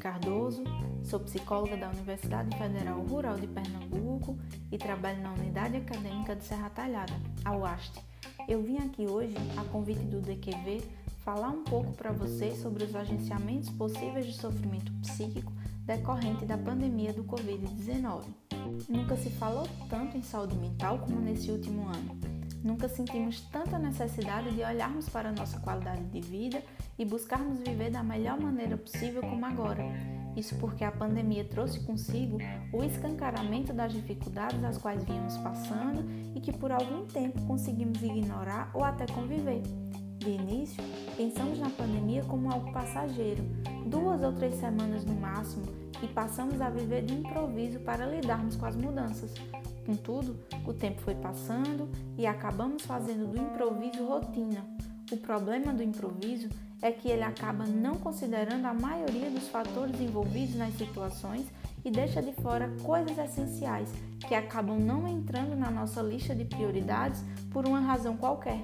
Cardoso, sou psicóloga da Universidade Federal Rural de Pernambuco e trabalho na Unidade Acadêmica de Serra Talhada, a UAST. Eu vim aqui hoje, a convite do DQV, falar um pouco para vocês sobre os agenciamentos possíveis de sofrimento psíquico decorrente da pandemia do Covid-19. Nunca se falou tanto em saúde mental como nesse último ano. Nunca sentimos tanta necessidade de olharmos para a nossa qualidade de vida e buscarmos viver da melhor maneira possível como agora. Isso porque a pandemia trouxe consigo o escancaramento das dificuldades às quais vínhamos passando e que por algum tempo conseguimos ignorar ou até conviver. De início, pensamos na pandemia como algo passageiro, 2 ou 3 semanas no máximo, e passamos a viver de improviso para lidarmos com as mudanças. Contudo, o tempo foi passando e acabamos fazendo do improviso rotina. O problema do improviso é que ele acaba não considerando a maioria dos fatores envolvidos nas situações e deixa de fora coisas essenciais que acabam não entrando na nossa lista de prioridades por uma razão qualquer.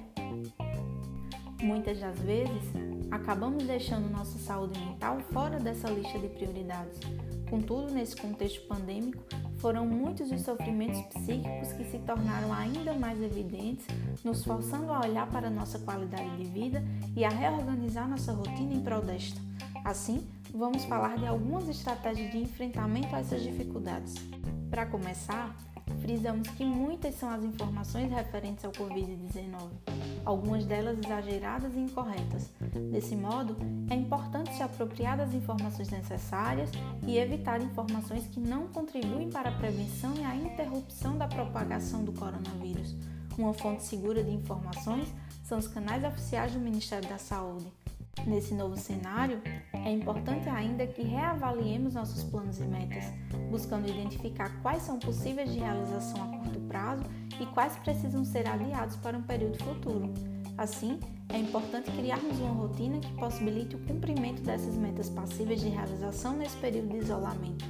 Muitas das vezes, acabamos deixando nossa saúde mental fora dessa lista de prioridades. Contudo, nesse contexto pandêmico, foram muitos os sofrimentos psíquicos que se tornaram ainda mais evidentes, nos forçando a olhar para nossa qualidade de vida e a reorganizar nossa rotina em prol desta. Assim, vamos falar de algumas estratégias de enfrentamento a essas dificuldades. Para começar, frisamos que muitas são as informações referentes ao Covid-19, algumas delas exageradas e incorretas. Desse modo, é importante se apropriar das informações necessárias e evitar informações que não contribuem para a prevenção e a interrupção da propagação do coronavírus. Uma fonte segura de informações são os canais oficiais do Ministério da Saúde. Nesse novo cenário, é importante ainda que reavaliemos nossos planos e metas, buscando identificar quais são possíveis de realização a curto prazo e quais precisam ser adiados para um período futuro. Assim, é importante criarmos uma rotina que possibilite o cumprimento dessas metas passíveis de realização nesse período de isolamento.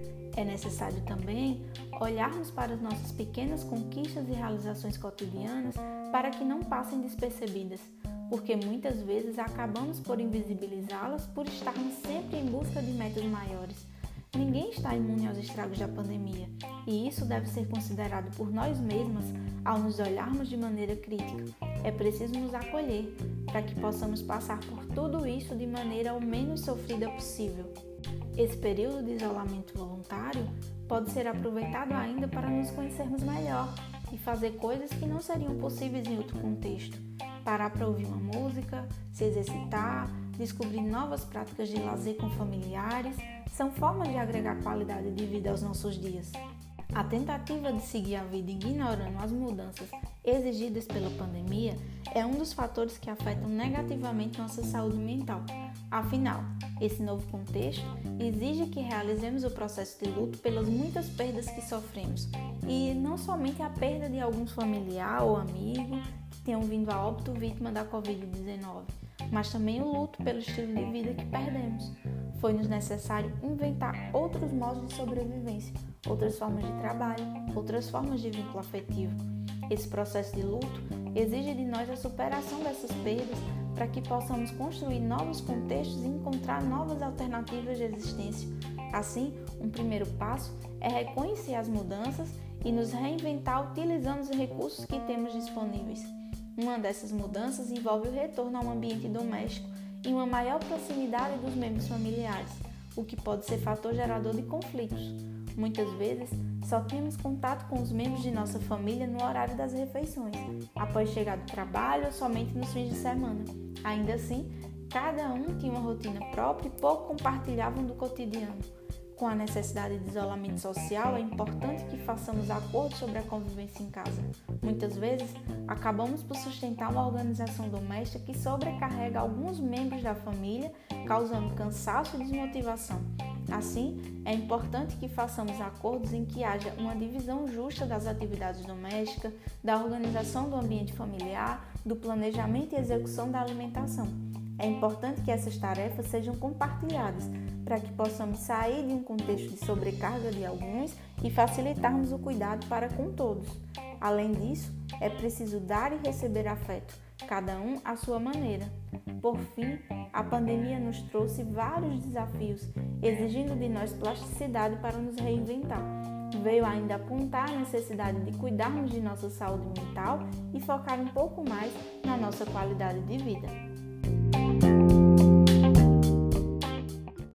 É necessário também olharmos para as nossas pequenas conquistas e realizações cotidianas para que não passem despercebidas, porque muitas vezes acabamos por invisibilizá-las por estarmos sempre em busca de metas maiores. Ninguém está imune aos estragos da pandemia, e isso deve ser considerado por nós mesmas ao nos olharmos de maneira crítica. É preciso nos acolher para que possamos passar por tudo isso de maneira o menos sofrida possível. Esse período de isolamento voluntário pode ser aproveitado ainda para nos conhecermos melhor e fazer coisas que não seriam possíveis em outro contexto. Parar para ouvir uma música, se exercitar, descobrir novas práticas de lazer com familiares, são formas de agregar qualidade de vida aos nossos dias. A tentativa de seguir a vida ignorando as mudanças exigidas pela pandemia é um dos fatores que afetam negativamente nossa saúde mental. Afinal, esse novo contexto exige que realizemos o processo de luto pelas muitas perdas que sofremos, e não somente a perda de algum familiar ou amigo que tenham vindo a óbito vítima da Covid-19, mas também o luto pelo estilo de vida que perdemos. Foi-nos necessário inventar outros modos de sobrevivência, outras formas de trabalho, outras formas de vínculo afetivo. Esse processo de luto exige de nós a superação dessas perdas para que possamos construir novos contextos e encontrar novas alternativas de existência. Assim, um primeiro passo é reconhecer as mudanças e nos reinventar utilizando os recursos que temos disponíveis. Uma dessas mudanças envolve o retorno a um ambiente doméstico e uma maior proximidade dos membros familiares, o que pode ser fator gerador de conflitos. Muitas vezes, só temos contato com os membros de nossa família no horário das refeições, após chegar do trabalho ou somente nos fins de semana. Ainda assim, cada um tinha uma rotina própria e pouco compartilhavam do cotidiano. Com a necessidade de isolamento social, é importante que façamos acordos sobre a convivência em casa. Muitas vezes, acabamos por sustentar uma organização doméstica que sobrecarrega alguns membros da família, causando cansaço e desmotivação. Assim, é importante que façamos acordos em que haja uma divisão justa das atividades domésticas, da organização do ambiente familiar, do planejamento e execução da alimentação. É importante que essas tarefas sejam compartilhadas para que possamos sair de um contexto de sobrecarga de alguns e facilitarmos o cuidado para com todos. Além disso, é preciso dar e receber afeto, cada um à sua maneira. Por fim, a pandemia nos trouxe vários desafios, exigindo de nós plasticidade para nos reinventar. Veio ainda apontar a necessidade de cuidarmos de nossa saúde mental e focar um pouco mais na nossa qualidade de vida.